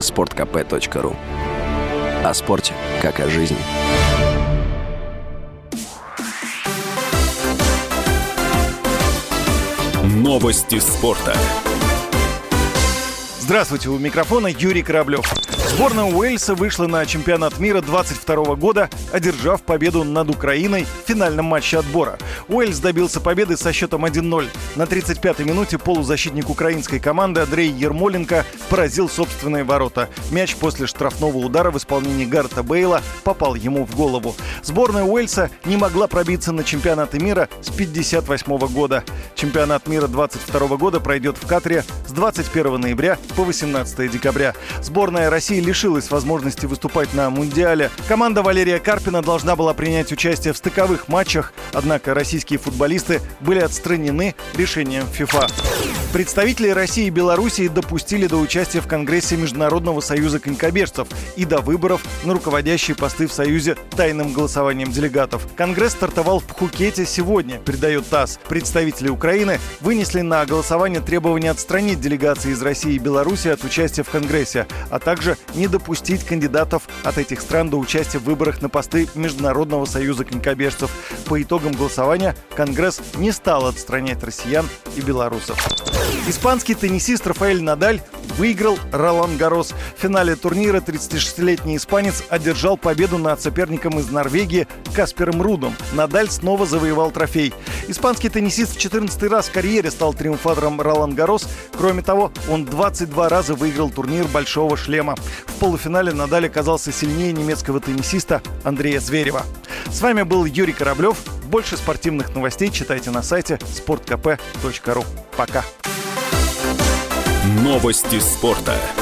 sportkp.ru. О спорте, как о жизни. Новости спорта. Здравствуйте, у микрофона Юрий Кораблев. Сборная Уэльса вышла на чемпионат мира 2022 года, одержав победу над Украиной в финальном матче отбора. Уэльс добился победы со счетом 1-0. На 35-й минуте полузащитник украинской команды Андрей Ермоленко поразил собственные ворота. Мяч после штрафного удара в исполнении Гарета Бейла попал ему в голову. Сборная Уэльса не могла пробиться на чемпионаты мира с 1958 года. Чемпионат мира 2022 года пройдет в Катаре с 21 ноября по 18 декабря. Сборная России лишилась возможности выступать на Мундиале. Команда Валерия Карпина должна была принять участие в стыковых матчах, однако российские футболисты были отстранены решением ФИФА. Представители России и Белоруссии допустили до участия в Конгрессе Международного союза конькобежцев и до выборов на руководящие посты в Союзе тайным голосованием делегатов. Конгресс стартовал в Пхукете сегодня, передает ТАСС. Представители Украины вынесли на голосование требование отстранить делегации из России и Беларуси от участия в Конгрессе, а также не допустить кандидатов от этих стран до участия в выборах на посты Международного союза конькобежцев. По итогам голосования Конгресс не стал отстранять россиян и белорусов. Испанский теннисист Рафаэль Надаль выиграл Ролан-Гаррос. В финале турнира 36-летний испанец одержал победу над соперником из Норвегии Каспером Рудом. Надаль снова завоевал трофей. Испанский теннисист в 14-й раз в карьере стал триумфатором Ролан-Гаррос. Кроме того, он 22 раза выиграл турнир «Большого шлема». В полуфинале Надаль оказался сильнее немецкого теннисиста Андрея Зверева. С вами был Юрий Кораблев. Больше спортивных новостей читайте на сайте sportkp.ru. Пока. Новости спорта.